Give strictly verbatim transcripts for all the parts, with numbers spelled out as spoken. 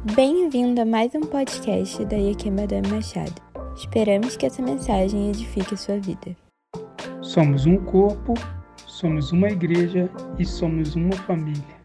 Bem-vindo a mais um podcast da I A Q Madame Machado. Esperamos que essa mensagem edifique a sua vida. Somos um corpo, somos uma igreja e somos uma família.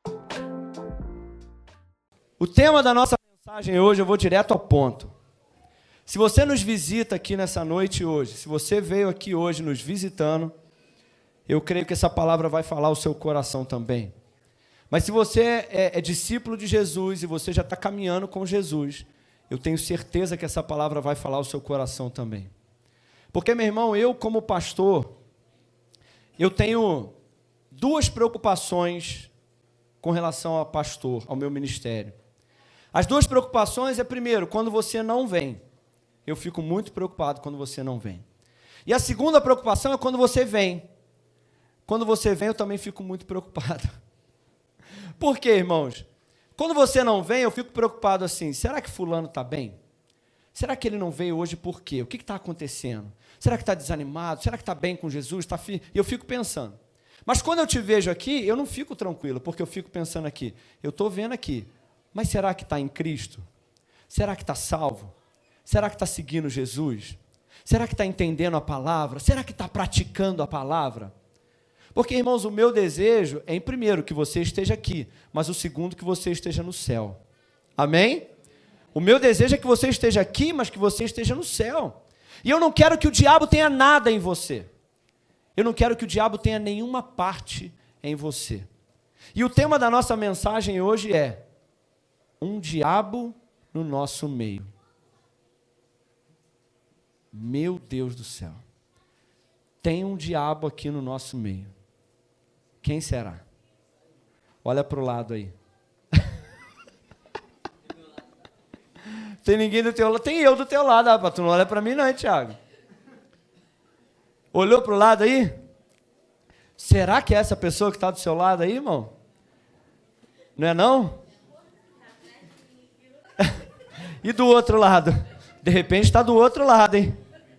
O tema da nossa mensagem hoje, eu vou direto ao ponto. Se você nos visita aqui nessa noite hoje, se você veio aqui hoje nos visitando, eu creio que essa palavra vai falar o seu coração também. Mas se você é, é discípulo de Jesus e você já está caminhando com Jesus, eu tenho certeza que essa palavra vai falar o seu coração também. Porque, meu irmão, eu como pastor, eu tenho duas preocupações com relação ao pastor, ao meu ministério. As duas preocupações é, primeiro, quando você não vem. Eu fico muito preocupado quando você não vem. E a segunda preocupação é quando você vem. Quando você vem, eu também fico muito preocupado. Por quê, irmãos? Quando você não vem, eu fico preocupado assim, será que fulano está bem? Será que ele não veio hoje por quê? O que está acontecendo? Será que está desanimado? Será que está bem com Jesus? Tá fi... E eu fico pensando. Mas quando eu te vejo aqui, eu não fico tranquilo, porque eu fico pensando aqui, eu estou vendo aqui, mas será que está em Cristo? Será que está salvo? Será que está seguindo Jesus? Será que está entendendo a palavra? Será que está praticando a palavra? Porque, irmãos, o meu desejo é, em primeiro, que você esteja aqui, mas o segundo, que você esteja no céu. Amém? O meu desejo é que você esteja aqui, mas que você esteja no céu. E eu não quero que o diabo tenha nada em você. Eu não quero que o diabo tenha nenhuma parte em você. E o tema da nossa mensagem hoje é um diabo no nosso meio. Meu Deus do céu. Tem um diabo aqui no nosso meio. Quem será? Olha para o lado aí. Tem ninguém do teu lado? Tem eu do teu lado, rapaz. Tu não olha para mim não, hein, Thiago? Olhou para o lado aí? Será que é essa pessoa que está do seu lado aí, irmão? Não é não? E do outro lado? De repente está do outro lado, hein?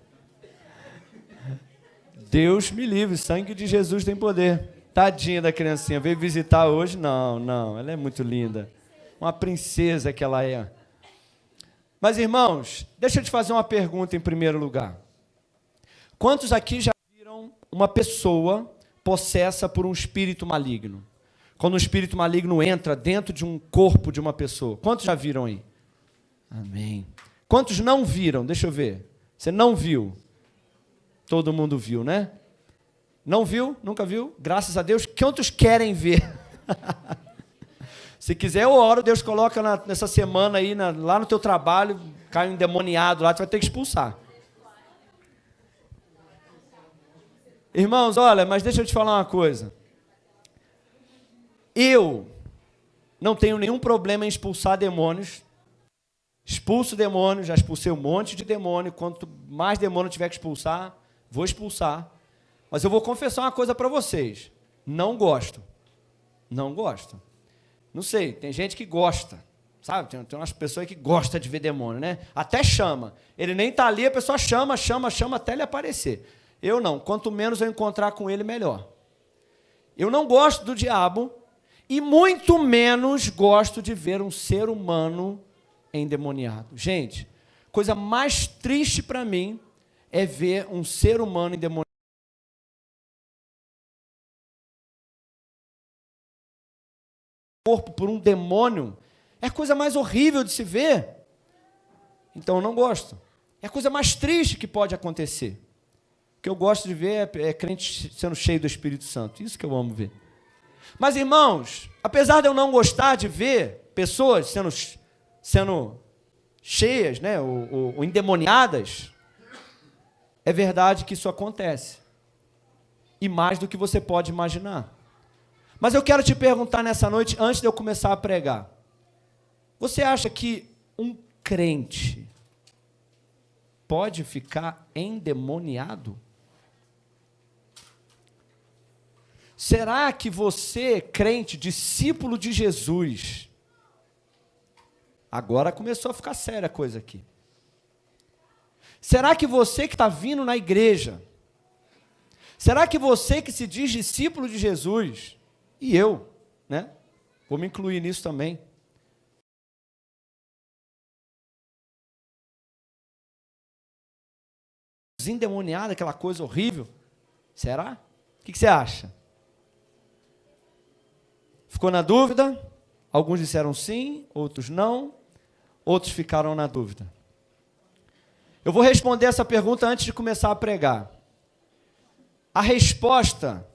Deus me livre, sangue de Jesus tem poder. Tadinha da criancinha, veio visitar hoje? Não, não, ela é muito linda. Uma princesa que ela é. Mas, irmãos, deixa eu te fazer uma pergunta em primeiro lugar. Quantos aqui já viram uma pessoa possessa por um espírito maligno? Quando um espírito maligno entra dentro de um corpo de uma pessoa. Quantos já viram aí? Amém. Quantos não viram? Deixa eu ver. Você não viu? Todo mundo viu, né? Não viu? Nunca viu? Graças a Deus. Quantos querem ver? Se quiser, eu oro, Deus coloca na, nessa semana aí, na, lá no teu trabalho, cai um endemoniado lá, tu vai ter que expulsar. Irmãos, olha, mas deixa eu te falar uma coisa. Eu não tenho nenhum problema em expulsar demônios. Expulso demônios, já expulsei um monte de demônio. Quanto mais demônio tiver que expulsar, vou expulsar. Mas eu vou confessar uma coisa para vocês. Não gosto. Não gosto. Não sei, tem gente que gosta. Sabe? Tem, tem umas pessoas que gostam de ver demônio, né? Até chama. Ele nem está ali, a pessoa chama, chama, chama até ele aparecer. Eu não. Quanto menos eu encontrar com ele, melhor. Eu não gosto do diabo e muito menos gosto de ver um ser humano endemoniado. Gente, coisa mais triste para mim é ver um ser humano endemoniado. Corpo por um demônio é a coisa mais horrível de se ver. Então eu não gosto. É a coisa mais triste que pode acontecer. O que eu gosto de ver é, é crente sendo cheio do Espírito Santo. Isso que eu amo ver. Mas, irmãos, apesar de eu não gostar de ver pessoas sendo, sendo cheias, né, ou, ou, ou endemoniadas, é verdade que isso acontece. E mais do que você pode imaginar. Mas eu quero te perguntar nessa noite, antes de eu começar a pregar. Você acha que um crente pode ficar endemoniado? Será que você, crente, discípulo de Jesus, agora começou a ficar séria a coisa aqui. Será que você que está vindo na igreja, será que você que se diz discípulo de Jesus, e eu, né? Vou me incluir nisso também. desendemoniado, aquela coisa horrível. Será? O que, que você acha? Ficou na dúvida? Alguns disseram sim, outros não, outros ficaram na dúvida. Eu vou responder essa pergunta antes de começar a pregar. A resposta...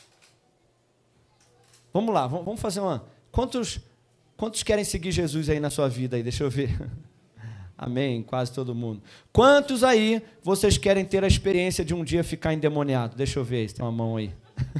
Vamos lá, vamos fazer uma... Quantos, quantos querem seguir Jesus aí na sua vida? Aí? Deixa eu ver. Amém, quase todo mundo. Quantos aí vocês querem ter a experiência de um dia ficar endemoniado? Deixa eu ver, se tem uma mão aí.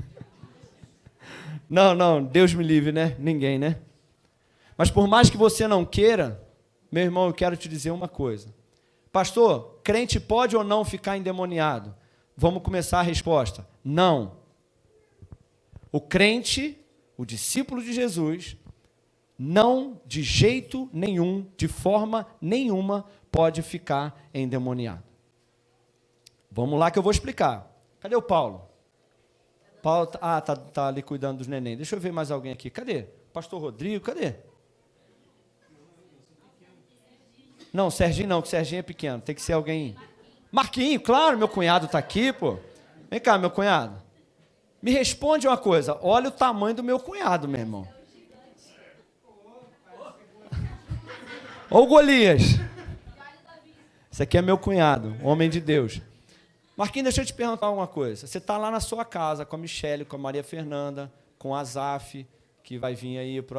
Não, não, Deus me livre, né? Ninguém, né? Mas por mais que você não queira, meu irmão, eu quero te dizer uma coisa. Pastor, crente pode ou não ficar endemoniado? Vamos começar a resposta. Não. O crente, o discípulo de Jesus, não, de jeito nenhum, de forma nenhuma, pode ficar endemoniado. Vamos lá que eu vou explicar. Cadê o Paulo? Paulo, ah, tá, tá ali cuidando dos neném. Deixa eu ver mais alguém aqui. Cadê? Pastor Rodrigo, cadê? Não, Serginho não, que Serginho é pequeno. Tem que ser alguém... Marquinho, claro, meu cunhado está aqui, pô. Vem cá, meu cunhado. Me responde uma coisa. Olha o tamanho do meu cunhado, meu irmão. Olha o Golias. Esse aqui é meu cunhado, homem de Deus. Marquinhos, deixa eu te perguntar uma coisa. Você está lá na sua casa com a Michele, com a Maria Fernanda, com a Azaf, que vai vir aí pro...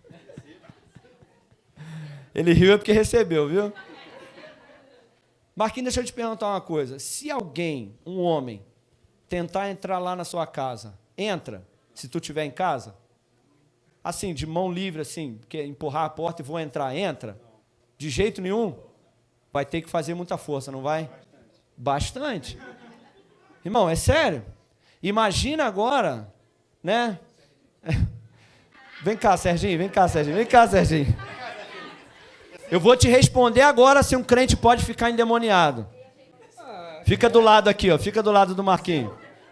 Ele riu é porque recebeu, viu? Marquinhos, deixa eu te perguntar uma coisa. Se alguém, um homem, tentar entrar lá na sua casa, entra, se tu estiver em casa, assim, de mão livre, assim, quer empurrar a porta e vou entrar, entra? De jeito nenhum? Vai ter que fazer muita força, não vai? Bastante. Irmão, é sério? Imagina agora, né? Vem cá, Serginho, vem cá, Serginho, vem cá, Serginho. Eu vou te responder agora se um crente pode ficar endemoniado. Fica do lado aqui, ó, fica do lado do Marquinho.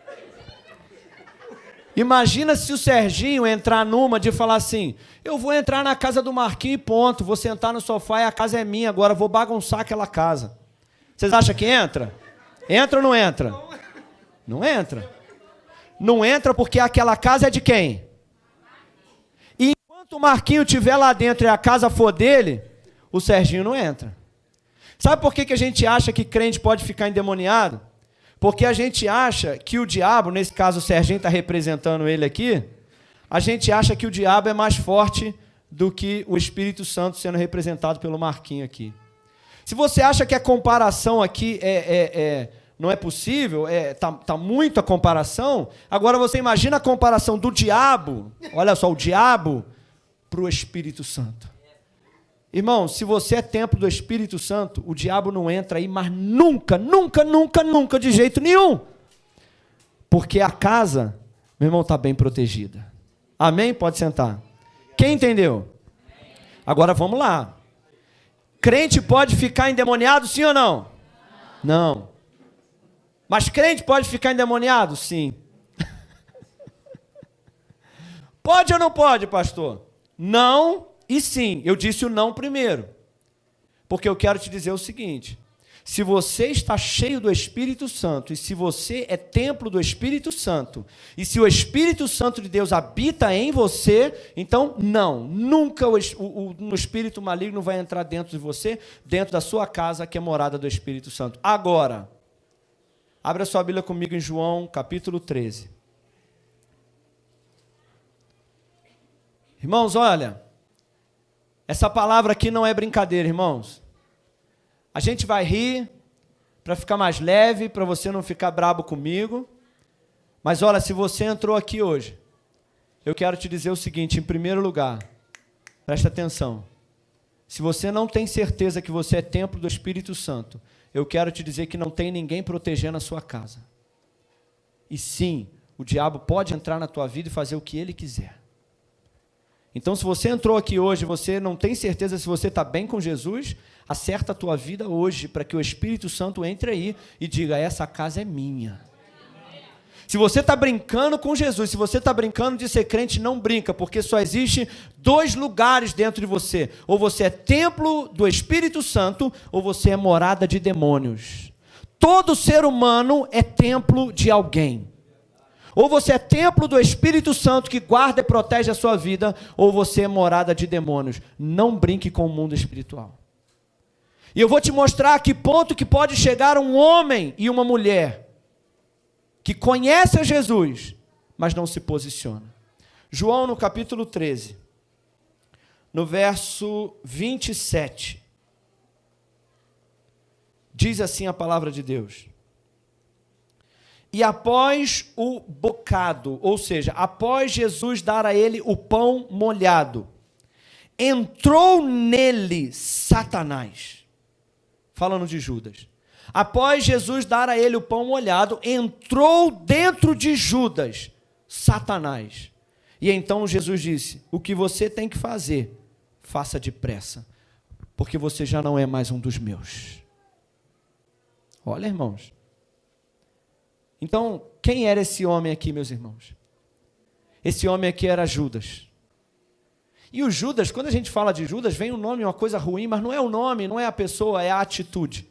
Imagina se o Serginho entrar numa de falar assim, eu vou entrar na casa do Marquinho e ponto, vou sentar no sofá e a casa é minha, agora vou bagunçar aquela casa. Vocês acham que entra? Entra ou não entra? Não entra. Não entra porque aquela casa é de quem? E enquanto o Marquinho estiver lá dentro e a casa for dele, o Serginho não entra. Sabe por que que a gente acha que crente pode ficar endemoniado? Porque a gente acha que o diabo, nesse caso o Serginho está representando ele aqui, a gente acha que o diabo é mais forte do que o Espírito Santo sendo representado pelo Marquinho aqui. Se você acha que a comparação aqui é, é, é, não é possível, é, tá, tá muito a comparação, agora você imagina a comparação do diabo, olha só, o diabo para o Espírito Santo. Irmão, se você é templo do Espírito Santo, o diabo não entra aí, mas nunca, nunca, nunca, nunca, de jeito nenhum. Porque a casa, meu irmão, está bem protegida. Amém? Pode sentar. Quem entendeu? Agora vamos lá. Crente pode ficar endemoniado, sim ou não? Não. Mas crente pode ficar endemoniado? Sim. Pode ou não pode, pastor? Não. E sim, eu disse o não primeiro, porque eu quero te dizer o seguinte, se você está cheio do Espírito Santo, e se você é templo do Espírito Santo, e se o Espírito Santo de Deus habita em você, então não, nunca o, o, o Espírito maligno vai entrar dentro de você, dentro da sua casa, que é morada do Espírito Santo. Agora, abra a sua Bíblia comigo em João, capítulo treze. Irmãos, olha... Essa palavra aqui não é brincadeira, irmãos. A gente vai rir para ficar mais leve, para você não ficar brabo comigo. Mas olha, se você entrou aqui hoje, eu quero te dizer o seguinte, em primeiro lugar, presta atenção. Se você não tem certeza que você é templo do Espírito Santo, eu quero te dizer que não tem ninguém protegendo a sua casa. E sim, o diabo pode entrar na tua vida e fazer o que ele quiser. Então, se você entrou aqui hoje e você não tem certeza se você está bem com Jesus, acerta a tua vida hoje para que o Espírito Santo entre aí e diga, essa casa é minha. Se você está brincando com Jesus, se você está brincando de ser crente, não brinca, porque só existe dois lugares dentro de você. Ou você é templo do Espírito Santo, ou você é morada de demônios. todo ser humano é templo de alguém. Ou você é templo do Espírito Santo que guarda e protege a sua vida, ou você é morada de demônios. Não brinque com o mundo espiritual. E eu vou te mostrar a que ponto que pode chegar um homem e uma mulher que conhece a Jesus, mas não se posiciona. João, no capítulo treze, no verso vinte e sete, diz assim a palavra de Deus: e após o bocado, ou seja, após Jesus dar a ele o pão molhado, entrou nele Satanás, falando de Judas. Após Jesus dar a ele o pão molhado, entrou dentro de Judas Satanás. E então Jesus disse: o que você tem que fazer, faça depressa, porque você já não é mais um dos meus. Olha, irmãos. Então, quem era esse homem aqui, meus irmãos? Esse homem aqui era Judas. E o Judas, quando a gente fala de Judas, vem o nome, uma coisa ruim, mas não é o nome, não é a pessoa, é a atitude.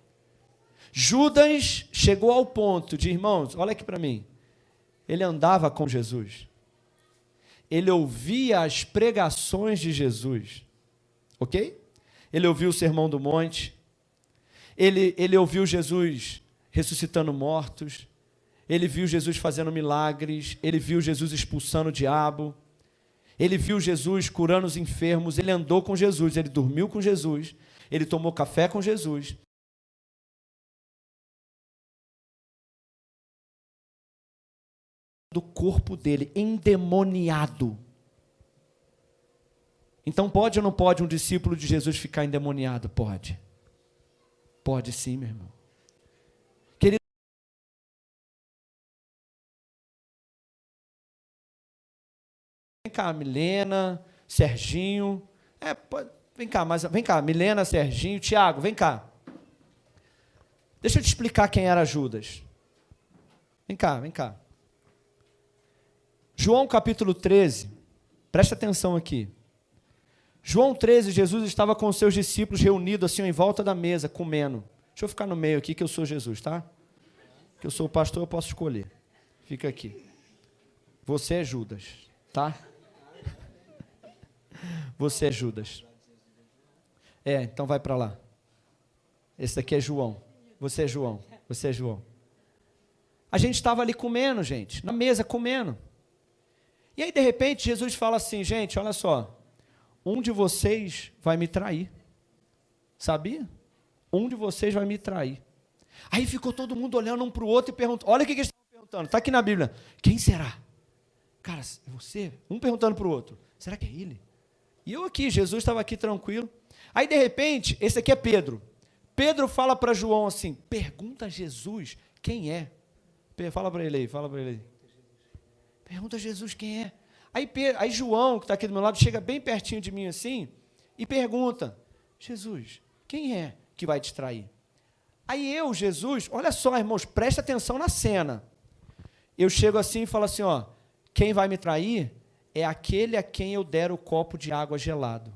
Judas chegou ao ponto de, irmãos, olha aqui para mim, ele andava com Jesus. Ele ouvia as pregações de Jesus, ok? Ele ouviu o Sermão do Monte, ele, ele ouviu Jesus ressuscitando mortos, ele viu Jesus fazendo milagres, ele viu Jesus expulsando o diabo, ele viu Jesus curando os enfermos, ele andou com Jesus, ele dormiu com Jesus, ele tomou café com Jesus. Do corpo dele, endemoniado. Então pode ou não pode um discípulo de Jesus ficar endemoniado? Pode. Pode sim, meu irmão. Querido, vem cá, Milena, Serginho, é, pode, vem cá, mas vem cá, Milena, Serginho, Tiago, vem cá. Deixa eu te explicar quem era Judas. Vem cá, vem cá. João capítulo treze, presta atenção aqui. João treze, Jesus estava com os seus discípulos reunidos assim em volta da mesa, comendo. Deixa eu ficar no meio aqui que eu sou Jesus, tá? Que eu sou o pastor, eu posso escolher. Fica aqui. Você é Judas, tá? Você é Judas. É, então vai para lá. Esse daqui é João. Você é João. Você é João. A gente estava ali comendo, gente, na mesa comendo. E aí, de repente, Jesus fala assim, gente, olha só, um de vocês vai me trair. Sabia? Um de vocês vai me trair. Aí ficou todo mundo olhando um para o outro e perguntando, olha o que, que eles estavam perguntando, está aqui na Bíblia, quem será? Cara, é você? Um perguntando para o outro, será que é ele? E eu aqui, Jesus estava aqui tranquilo. Aí, de repente, esse aqui é Pedro. Pedro fala para João assim, pergunta a Jesus quem é. Fala para ele aí, fala para ele aí. Pergunta a Jesus quem é. Aí, aí João, que está aqui do meu lado, chega bem pertinho de mim assim e pergunta, Jesus, quem é que vai te trair? Aí eu, Jesus, olha só, irmãos, presta atenção na cena. Eu chego assim e falo assim, ó, quem vai me trair é aquele a quem eu der o copo de água gelado.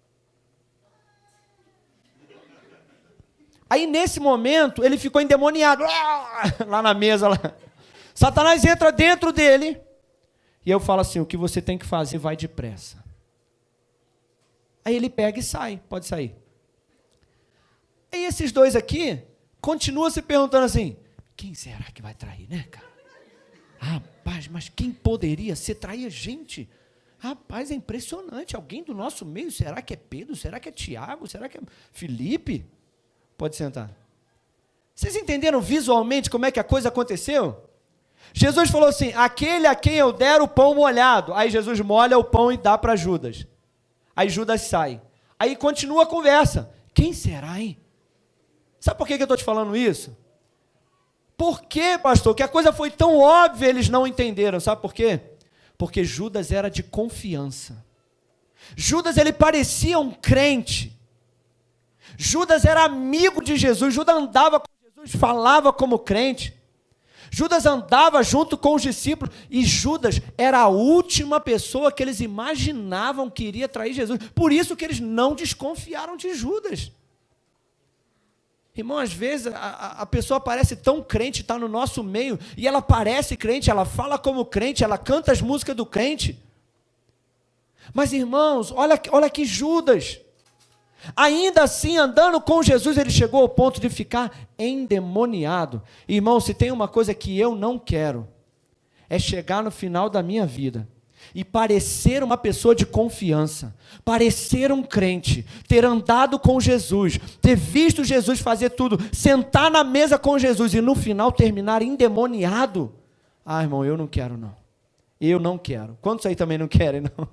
Aí, nesse momento, ele ficou endemoniado, lá na mesa, lá. Satanás entra dentro dele, e eu falo assim, o que você tem que fazer, vai depressa. Aí ele pega e sai, pode sair. Aí esses dois aqui, continuam se perguntando assim, quem será que vai trair, né, cara? Rapaz, mas quem poderia ser trair a gente? Rapaz, é impressionante, alguém do nosso meio, será que é Pedro? Será que é Tiago? Será que é Felipe? Pode sentar. Vocês entenderam visualmente como é que a coisa aconteceu? Jesus falou assim, aquele a quem eu der o pão molhado. Aí Jesus molha o pão e dá para Judas. Aí Judas sai. Aí continua a conversa. Quem será, hein? Sabe por que eu estou te falando isso? Por que, pastor? Que a coisa foi tão óbvia, eles não entenderam. Sabe por quê? Porque Judas era de confiança. Judas, ele parecia um crente. Judas era amigo de Jesus. Judas andava com Jesus, falava como crente. Judas andava junto com os discípulos e Judas era a última pessoa que eles imaginavam que iria trair Jesus. Por isso que eles não desconfiaram de Judas. Irmão, às vezes a, a pessoa parece tão crente, está no nosso meio, e ela parece crente, ela fala como crente, ela canta as músicas do crente. Mas, irmãos, olha, olha que Judas, ainda assim, andando com Jesus, ele chegou ao ponto de ficar endemoniado. Irmão, se tem uma coisa que eu não quero, é chegar no final da minha vida e parecer uma pessoa de confiança, parecer um crente, ter andado com Jesus, ter visto Jesus fazer tudo, sentar na mesa com Jesus e no final terminar endemoniado. Ah, irmão, eu não quero não. Eu não quero. Quantos aí também não querem, não?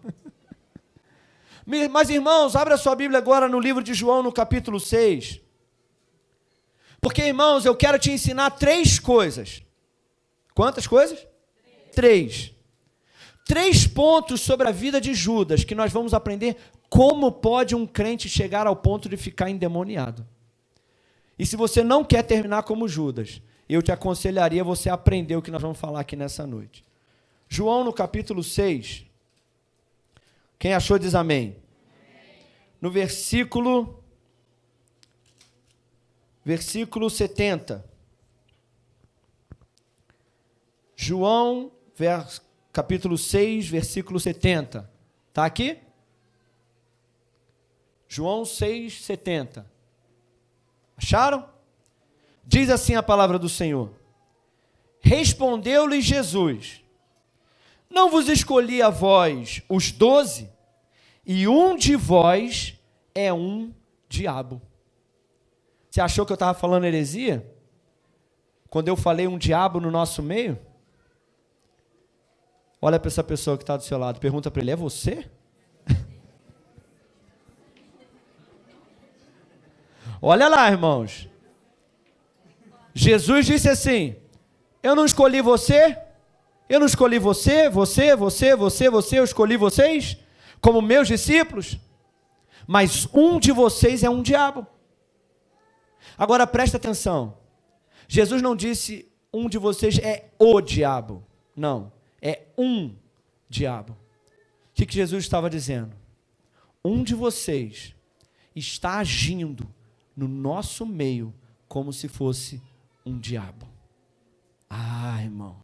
Mas, irmãos, abra sua Bíblia agora no livro de João, no capítulo seis. Porque, irmãos, eu quero te ensinar três coisas. Quantas coisas? Três. Três pontos sobre a vida de Judas, que nós vamos aprender como pode um crente chegar ao ponto de ficar endemoniado. E se você não quer terminar como Judas, eu te aconselharia você aprender o que nós vamos falar aqui nessa noite. João, no capítulo seis, quem achou diz amém. No versículo, versículo setenta. João, vers, capítulo seis, versículo setenta. Está aqui? João seis, setenta. Acharam? Diz assim a palavra do Senhor. Respondeu-lhe Jesus: não vos escolhi a vós os doze, e um de vós é um diabo. Você achou que eu estava falando heresia? Quando eu falei um diabo no nosso meio? Olha para essa pessoa que está do seu lado, pergunta para ele, é você? Olha lá, irmãos. Jesus disse assim, eu não escolhi você, eu não escolhi você, você, você, você, você, eu escolhi vocês como meus discípulos, mas um de vocês é um diabo. Agora presta atenção, Jesus não disse um de vocês é o diabo, não, é um diabo. O que, que Jesus estava dizendo? Um de vocês está agindo no nosso meio como se fosse um diabo. Ah, irmão.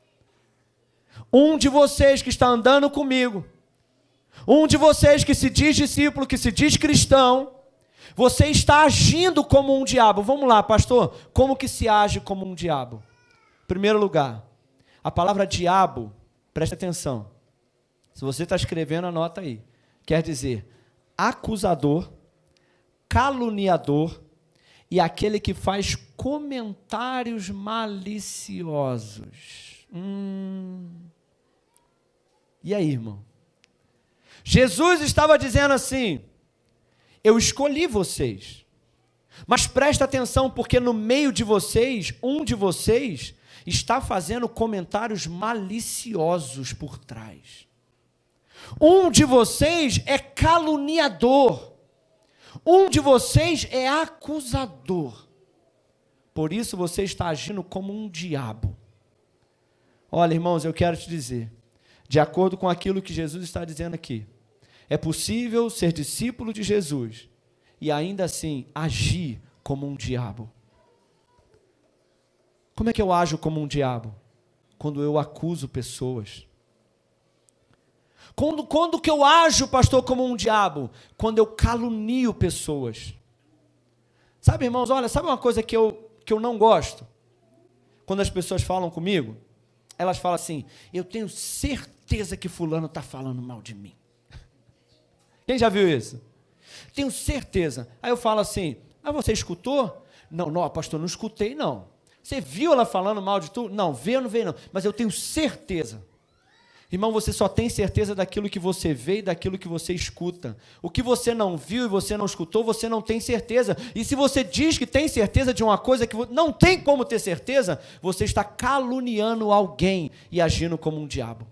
Um de vocês que está andando comigo, um de vocês que se diz discípulo, que se diz cristão, você está agindo como um diabo. Vamos lá, pastor, como que se age como um diabo? Em primeiro lugar, a palavra diabo, preste atenção, se você está escrevendo, anota aí, quer dizer acusador, caluniador e aquele que faz comentários maliciosos. Hum. E aí, irmão? Jesus estava dizendo assim, eu escolhi vocês, mas presta atenção, porque no meio de vocês, um de vocês está fazendo comentários maliciosos por trás. Um de vocês é caluniador. Um de vocês é acusador. Por isso você está agindo como um diabo. Olha, irmãos, eu quero te dizer, de acordo com aquilo que Jesus está dizendo aqui, é possível ser discípulo de Jesus e ainda assim agir como um diabo. Como é que eu ajo como um diabo? Quando eu acuso pessoas. Quando, quando que eu ajo, pastor, como um diabo? Quando eu calunio pessoas. Sabe, irmãos, olha, sabe uma coisa que eu, que eu não gosto? Quando as pessoas falam comigo, elas falam assim, eu tenho certeza que fulano está falando mal de mim. Quem já viu isso? Tenho certeza. Aí eu falo assim, ah, você escutou? Não, não, pastor, não escutei, não. Você viu ela falando mal de tu? Não, vê ou não vê, não. Mas eu tenho certeza. Irmão, você só tem certeza daquilo que você vê e daquilo que você escuta. O que você não viu e você não escutou, você não tem certeza. E se você diz que tem certeza de uma coisa que não tem como ter certeza, você está caluniando alguém e agindo como um diabo.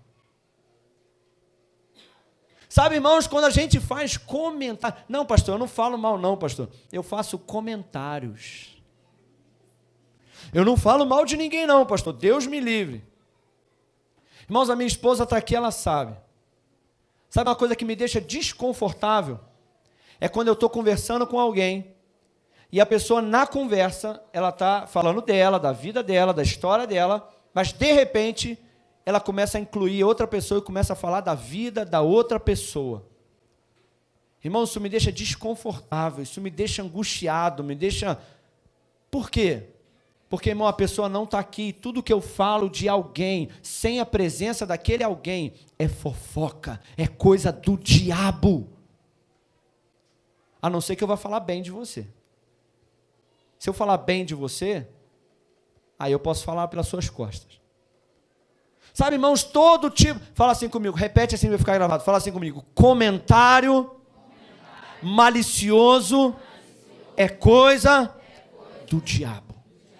Sabe, irmãos, quando a gente faz comentário... Não, pastor, eu não falo mal não, pastor. Eu faço comentários. Eu não falo mal de ninguém não, pastor. Deus me livre. Irmãos, a minha esposa está aqui, ela sabe. Sabe uma coisa que me deixa desconfortável? É quando eu estou conversando com alguém e a pessoa, na conversa, ela está falando dela, da vida dela, da história dela, mas, de repente, ela começa a incluir outra pessoa e começa a falar da vida da outra pessoa. Irmão, isso me deixa desconfortável, isso me deixa angustiado, me deixa... Por quê? Porque, irmão, a pessoa não está aqui, tudo que eu falo de alguém, sem a presença daquele alguém, é fofoca, é coisa do diabo. A não ser que eu vá falar bem de você. Se eu falar bem de você, aí eu posso falar pelas suas costas. Sabe, irmãos, todo tipo... Fala assim comigo, repete assim, vai ficar gravado. Fala assim comigo, comentário, comentário. Malicioso, malicioso é coisa, é coisa do diabo.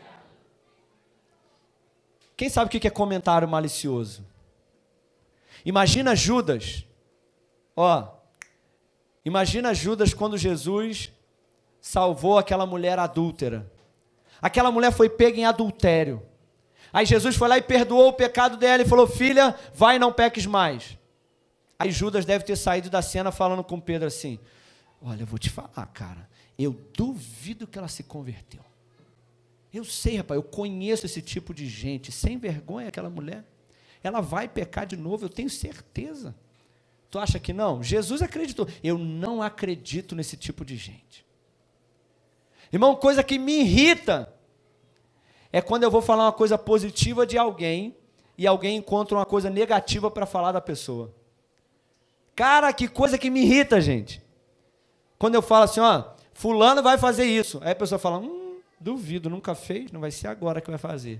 Quem sabe o que é comentário malicioso? Imagina Judas, ó, imagina Judas quando Jesus salvou aquela mulher adúltera. Aquela mulher foi pega em adultério. Aí Jesus foi lá e perdoou o pecado dela e falou, filha, vai e não peques mais. Aí Judas deve ter saído da cena falando com Pedro assim, olha, eu vou te falar, cara, eu duvido que ela se converteu. Eu sei, rapaz, eu conheço esse tipo de gente, sem vergonha aquela mulher. Ela vai pecar de novo, eu tenho certeza. Tu acha que não? Jesus acreditou. Eu não acredito nesse tipo de gente. Irmão, coisa que me irrita é quando eu vou falar uma coisa positiva de alguém e alguém encontra uma coisa negativa para falar da pessoa. Cara, que coisa que me irrita, gente. Quando eu falo assim, ó, fulano vai fazer isso. Aí a pessoa fala, hum, duvido, nunca fez, não vai ser agora que vai fazer.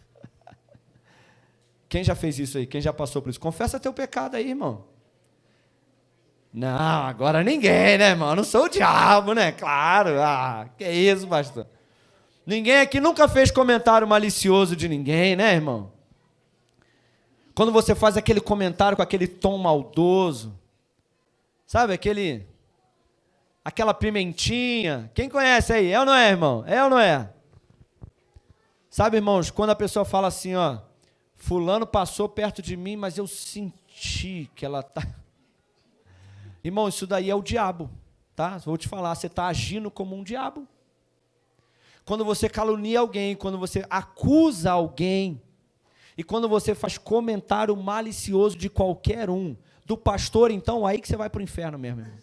Quem já fez isso aí? Quem já passou por isso? Confessa teu pecado aí, irmão. Não, agora ninguém, né, irmão? Eu não sou o diabo, né? Claro. Ah, que isso, pastor. Ninguém aqui nunca fez comentário malicioso de ninguém, né, irmão? Quando você faz aquele comentário com aquele tom maldoso, sabe, aquele... Aquela pimentinha. Quem conhece aí? É ou não é, irmão? É ou não é? Sabe, irmãos, quando a pessoa fala assim, ó, fulano passou perto de mim, mas eu senti que ela tá... Irmão, isso daí é o diabo, tá? Vou te falar, você está agindo como um diabo. Quando você calunia alguém, quando você acusa alguém, e quando você faz comentário malicioso de qualquer um, do pastor, então, aí que você vai para o inferno mesmo, irmão.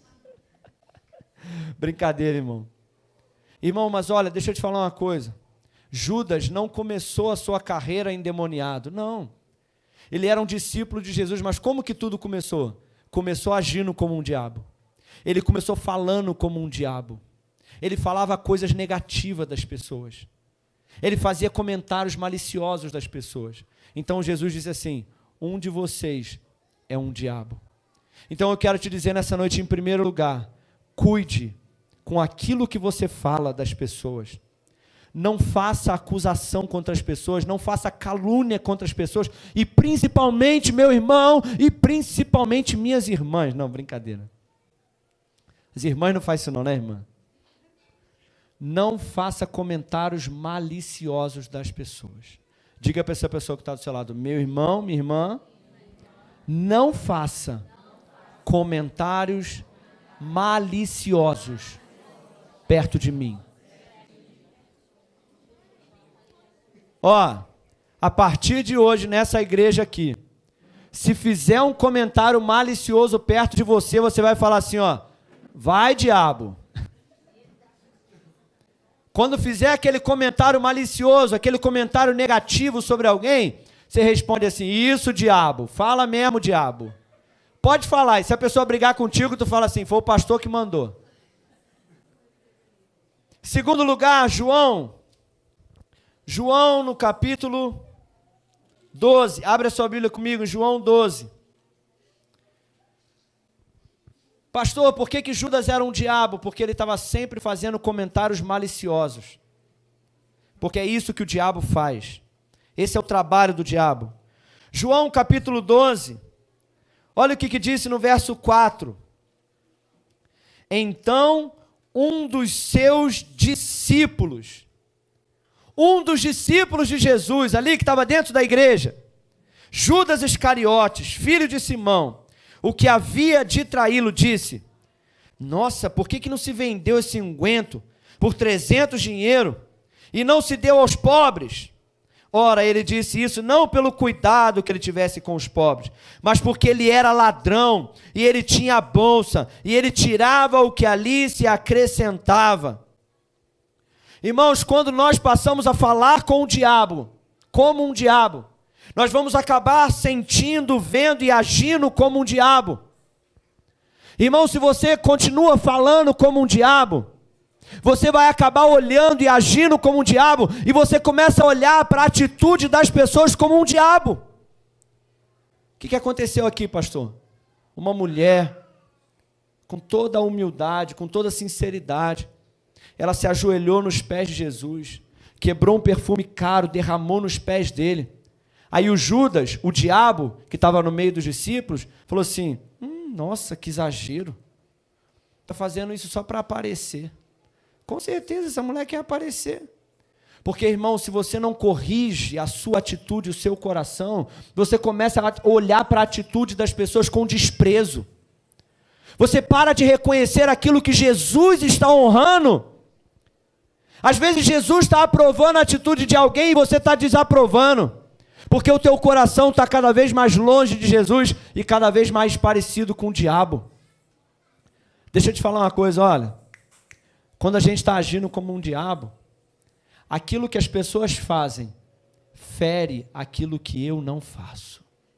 Brincadeira, irmão. Irmão, mas olha, deixa eu te falar uma coisa. Judas não começou a sua carreira endemoniado, não. Ele era um discípulo de Jesus, mas como que tudo começou? Começou agindo como um diabo. Ele começou falando como um diabo. Ele falava coisas negativas das pessoas. Ele fazia comentários maliciosos das pessoas. Então Jesus disse assim, um de vocês é um diabo. Então eu quero te dizer nessa noite, em primeiro lugar, cuide com aquilo que você fala das pessoas. Não faça acusação contra as pessoas, não faça calúnia contra as pessoas, e principalmente, meu irmão, e principalmente minhas irmãs. Não, brincadeira. As irmãs não fazem isso não, né, irmã? Não faça comentários maliciosos das pessoas. Diga para essa pessoa que está do seu lado, meu irmão, minha irmã, não faça comentários maliciosos perto de mim. Ó, a partir de hoje, nessa igreja aqui, se fizer um comentário malicioso perto de você, você vai falar assim, ó, vai, diabo. Quando fizer aquele comentário malicioso, aquele comentário negativo sobre alguém, você responde assim, isso, diabo, fala mesmo, diabo. Pode falar, e se a pessoa brigar contigo, tu fala assim, foi o pastor que mandou. Segundo lugar, João, João no capítulo doze, abre a sua Bíblia comigo, João doze. Pastor, por que que Judas era um diabo? Porque ele estava sempre fazendo comentários maliciosos. Porque é isso que o diabo faz. Esse é o trabalho do diabo. João capítulo doze, olha o que que disse no verso quatro. Então, um dos seus discípulos, um dos discípulos de Jesus, ali que estava dentro da igreja, Judas Iscariotes, filho de Simão, o que havia de traí-lo, disse, nossa, por que que não se vendeu esse unguento por trezentos dinheiro e não se deu aos pobres? Ora, ele disse isso não pelo cuidado que ele tivesse com os pobres, mas porque ele era ladrão, e ele tinha a bolsa, e ele tirava o que ali se acrescentava. Irmãos, quando nós passamos a falar com o diabo, como um diabo, nós vamos acabar sentindo, vendo e agindo como um diabo. Irmão, se você continua falando como um diabo, você vai acabar olhando e agindo como um diabo, e você começa a olhar para a atitude das pessoas como um diabo. O que, que aconteceu aqui, pastor? Uma mulher, com toda a humildade, com toda a sinceridade, ela se ajoelhou nos pés de Jesus, quebrou um perfume caro, derramou nos pés dele. Aí o Judas, o diabo, que estava no meio dos discípulos, falou assim, hum, nossa, que exagero, está fazendo isso só para aparecer. Com certeza, essa mulher quer aparecer. Porque, irmão, se você não corrige a sua atitude, o seu coração, você começa a olhar para a atitude das pessoas com desprezo. Você para de reconhecer aquilo que Jesus está honrando. Às vezes Jesus está aprovando a atitude de alguém e você está desaprovando. Porque o teu coração está cada vez mais longe de Jesus e cada vez mais parecido com o diabo. Deixa eu te falar uma coisa, olha. Quando a gente está agindo como um diabo, aquilo que as pessoas fazem fere aquilo que eu não faço.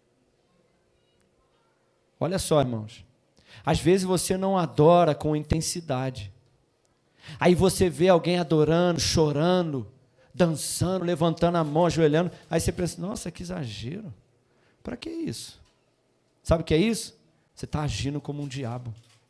Olha só, irmãos. Às vezes você não adora com intensidade. Aí você vê alguém adorando, chorando, dançando, levantando a mão, ajoelhando. Aí você pensa, nossa, que exagero. Para que isso? Sabe o que é isso? Você está agindo como um diabo.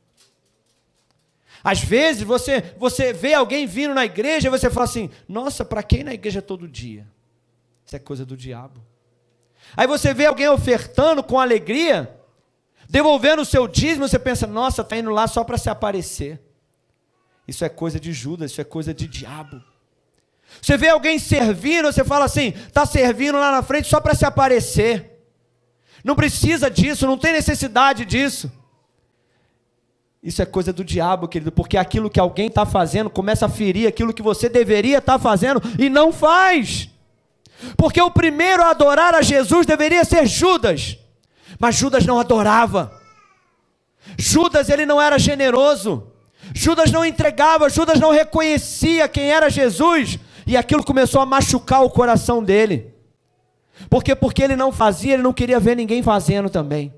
Às vezes você, você vê alguém vindo na igreja e você fala assim, nossa, para quem ir na igreja todo dia? Isso é coisa do diabo. Aí você vê alguém ofertando com alegria, devolvendo o seu dízimo, você pensa, nossa, está indo lá só para se aparecer. Isso é coisa de Judas, isso é coisa de diabo. Você vê alguém servindo, você fala assim, está servindo lá na frente só para se aparecer. Não precisa disso, não tem necessidade disso. Isso é coisa do diabo, querido, porque aquilo que alguém está fazendo começa a ferir aquilo que você deveria estar fazendo e não faz. Porque o primeiro a adorar a Jesus deveria ser Judas, mas Judas não adorava. Judas, ele não era generoso. Judas não entregava, Judas não reconhecia quem era Jesus, e aquilo começou a machucar o coração dele. Porque porque ele não fazia, ele não queria ver ninguém fazendo também.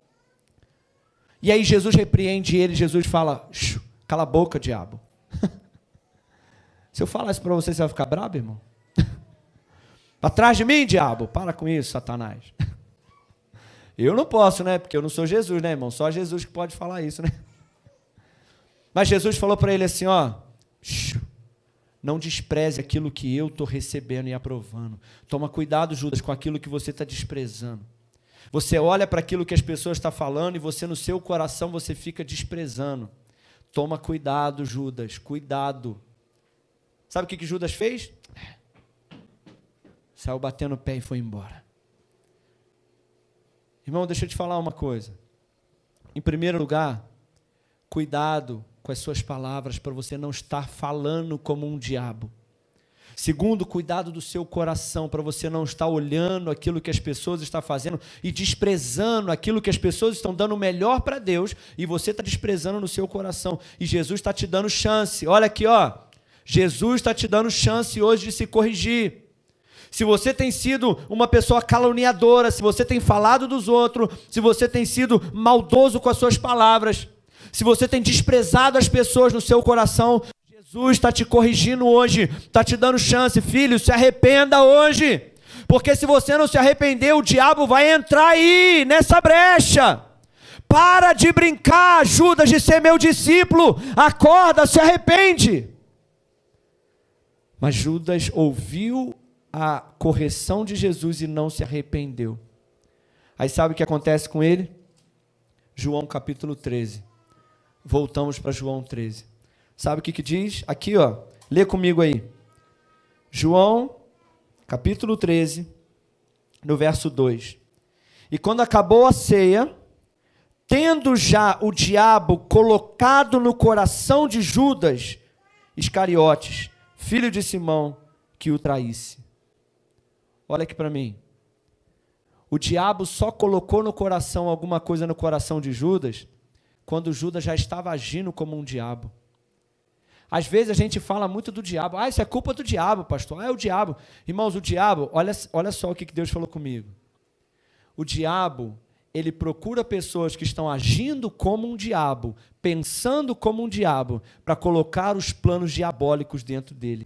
E aí Jesus repreende ele, Jesus fala, cala a boca, diabo. Se eu falar isso para você, você vai ficar bravo, irmão? Para trás de mim, diabo, para com isso, Satanás. Eu não posso, né, porque eu não sou Jesus, né, irmão, só Jesus que pode falar isso, né. Mas Jesus falou para ele assim, ó, não despreze aquilo que eu estou recebendo e aprovando. Toma cuidado, Judas, com aquilo que você está desprezando. Você olha para aquilo que as pessoas estão falando e você no seu coração você fica desprezando. Toma cuidado, Judas, cuidado. Sabe o que, que Judas fez? Saiu batendo o pé e foi embora. Irmão, deixa eu te falar uma coisa. Em primeiro lugar, cuidado com as suas palavras para você não estar falando como um diabo. Segundo, cuidado do seu coração, para você não estar olhando aquilo que as pessoas estão fazendo e desprezando aquilo que as pessoas estão dando o melhor para Deus e você está desprezando no seu coração. E Jesus está te dando chance. Olha aqui, ó. Jesus está te dando chance hoje de se corrigir. Se você tem sido uma pessoa caluniadora, se você tem falado dos outros, se você tem sido maldoso com as suas palavras, se você tem desprezado as pessoas no seu coração, Jesus está te corrigindo hoje, está te dando chance. Filho, se arrependa hoje, porque se você não se arrepender, o diabo vai entrar aí, nessa brecha. Para de brincar, Judas, de ser meu discípulo, acorda, se arrepende. Mas Judas ouviu a correção de Jesus e não se arrependeu. Aí sabe o que acontece com ele? João capítulo treze. Voltamos para João treze. Sabe o que que diz? Aqui, ó, lê comigo aí. João, capítulo treze, no verso dois. E quando acabou a ceia, tendo já o diabo colocado no coração de Judas Iscariotes, filho de Simão, que o traísse. Olha aqui para mim. O diabo só colocou no coração alguma coisa no coração de Judas quando Judas já estava agindo como um diabo. Às vezes a gente fala muito do diabo. Ah, isso é culpa do diabo, pastor. Ah, é o diabo. Irmãos, o diabo, olha, olha só o que Deus falou comigo. O diabo, ele procura pessoas que estão agindo como um diabo, pensando como um diabo, para colocar os planos diabólicos dentro dele.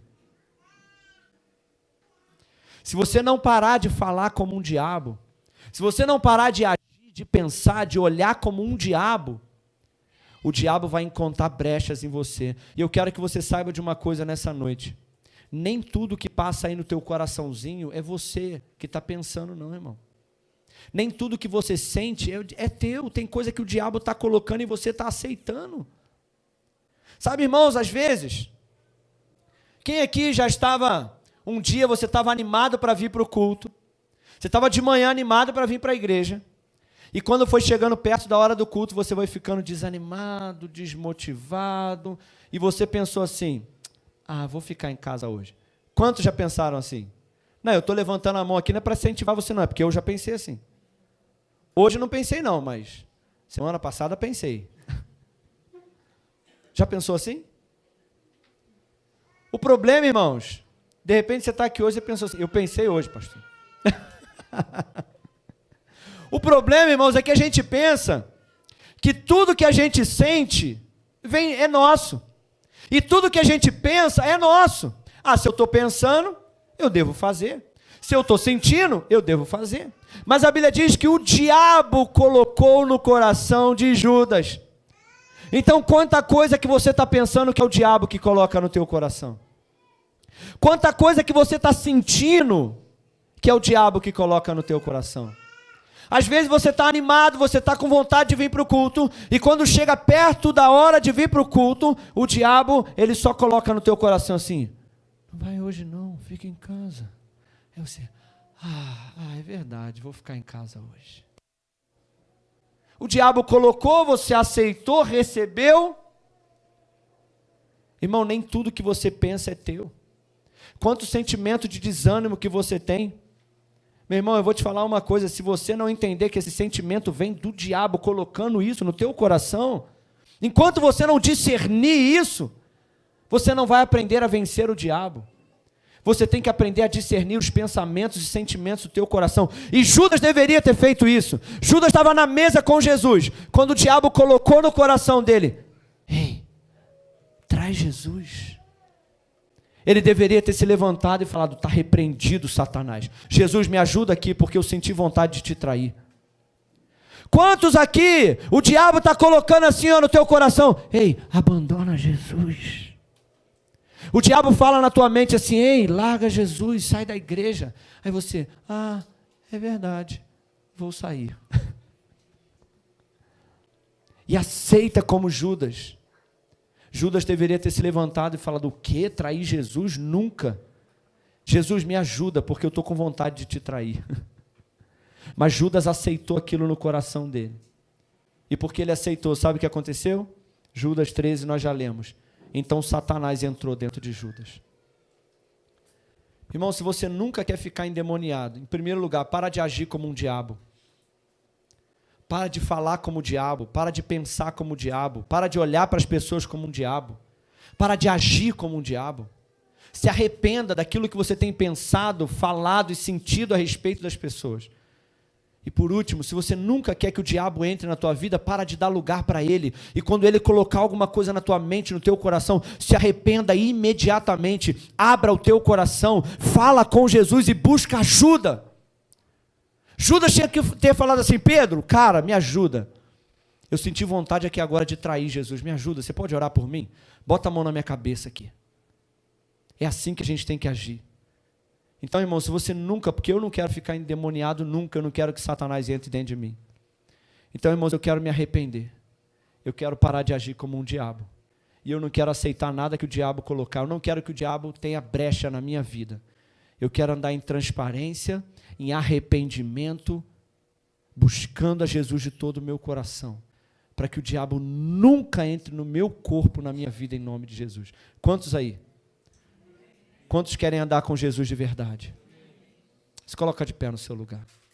Se você não parar de falar como um diabo, se você não parar de agir, de pensar, de olhar como um diabo, o diabo vai encontrar brechas em você. E eu quero que você saiba de uma coisa nessa noite. Nem tudo que passa aí no teu coraçãozinho é você que está pensando, não, irmão. Nem tudo que você sente é, é teu. Tem coisa que o diabo está colocando e você está aceitando. Sabe, irmãos, às vezes, quem aqui já estava, um dia você estava animado para vir para o culto, você estava de manhã animado para vir para a igreja, e quando foi chegando perto da hora do culto, você vai ficando desanimado, desmotivado, e você pensou assim, ah, vou ficar em casa hoje. Quantos já pensaram assim? Não, eu estou levantando a mão aqui, não é para incentivar você não, é porque eu já pensei assim. Hoje não pensei não, mas semana passada pensei. Já pensou assim? O problema, irmãos, de repente você está aqui hoje e pensou assim, eu pensei hoje, pastor. O problema, irmãos, é que a gente pensa que tudo que a gente sente vem, é nosso. E tudo que a gente pensa é nosso. Ah, se eu estou pensando, eu devo fazer. Se eu estou sentindo, eu devo fazer. Mas a Bíblia diz que o diabo colocou no coração de Judas. Então, quanta coisa que você está pensando que é o diabo que coloca no teu coração. Quanta coisa que você está sentindo que é o diabo que coloca no teu coração. Às vezes você está animado, você está com vontade de vir para o culto, e quando chega perto da hora de vir para o culto, o diabo, ele só coloca no teu coração assim, não vai hoje não, fica em casa. Aí você, ah, ah, é verdade, vou ficar em casa hoje. O diabo colocou, você aceitou, recebeu. Irmão, nem tudo que você pensa é teu. Quanto sentimento de desânimo que você tem. Meu irmão, eu vou te falar uma coisa, se você não entender que esse sentimento vem do diabo colocando isso no teu coração, enquanto você não discernir isso, você não vai aprender a vencer o diabo. Você tem que aprender a discernir os pensamentos e sentimentos do teu coração. E Judas deveria ter feito isso. Judas estava na mesa com Jesus, quando o diabo colocou no coração dele, ei, traz Jesus. Ele deveria ter se levantado e falado, está repreendido, Satanás. Jesus, me ajuda aqui, porque eu senti vontade de te trair. Quantos aqui o diabo está colocando assim ó, no teu coração? Ei, abandona Jesus. O diabo fala na tua mente assim, ei, larga Jesus, sai da igreja. Aí você, ah, é verdade, vou sair. E aceita como Judas. Judas deveria ter se levantado e falado, o quê? Trair Jesus? Nunca. Jesus, me ajuda, porque eu estou com vontade de te trair. Mas Judas aceitou aquilo no coração dele. E porque ele aceitou, sabe o que aconteceu? Judas treze, nós já lemos. Então Satanás entrou dentro de Judas. Irmão, se você nunca quer ficar endemoniado, em primeiro lugar, para de agir como um diabo. Para de falar como o diabo, para de pensar como o diabo, para de olhar para as pessoas como um diabo, para de agir como um diabo. Se arrependa daquilo que você tem pensado, falado e sentido a respeito das pessoas. E por último, se você nunca quer que o diabo entre na tua vida, para de dar lugar para ele. E quando ele colocar alguma coisa na tua mente, no teu coração, se arrependa imediatamente, abra o teu coração, fala com Jesus e busca ajuda. Judas tinha que ter falado assim, Pedro, cara, me ajuda. Eu senti vontade aqui agora de trair Jesus, me ajuda, você pode orar por mim? Bota a mão na minha cabeça aqui. É assim que a gente tem que agir. Então, irmão, se você nunca, porque eu não quero ficar endemoniado nunca, eu não quero que Satanás entre dentro de mim. Então, irmãos, eu quero me arrepender. Eu quero parar de agir como um diabo. E eu não quero aceitar nada que o diabo colocar. Eu não quero que o diabo tenha brecha na minha vida. Eu quero andar em transparência, em arrependimento, buscando a Jesus de todo o meu coração, para que o diabo nunca entre no meu corpo, na minha vida, em nome de Jesus. Quantos aí? Quantos querem andar com Jesus de verdade? Se coloca de pé no seu lugar.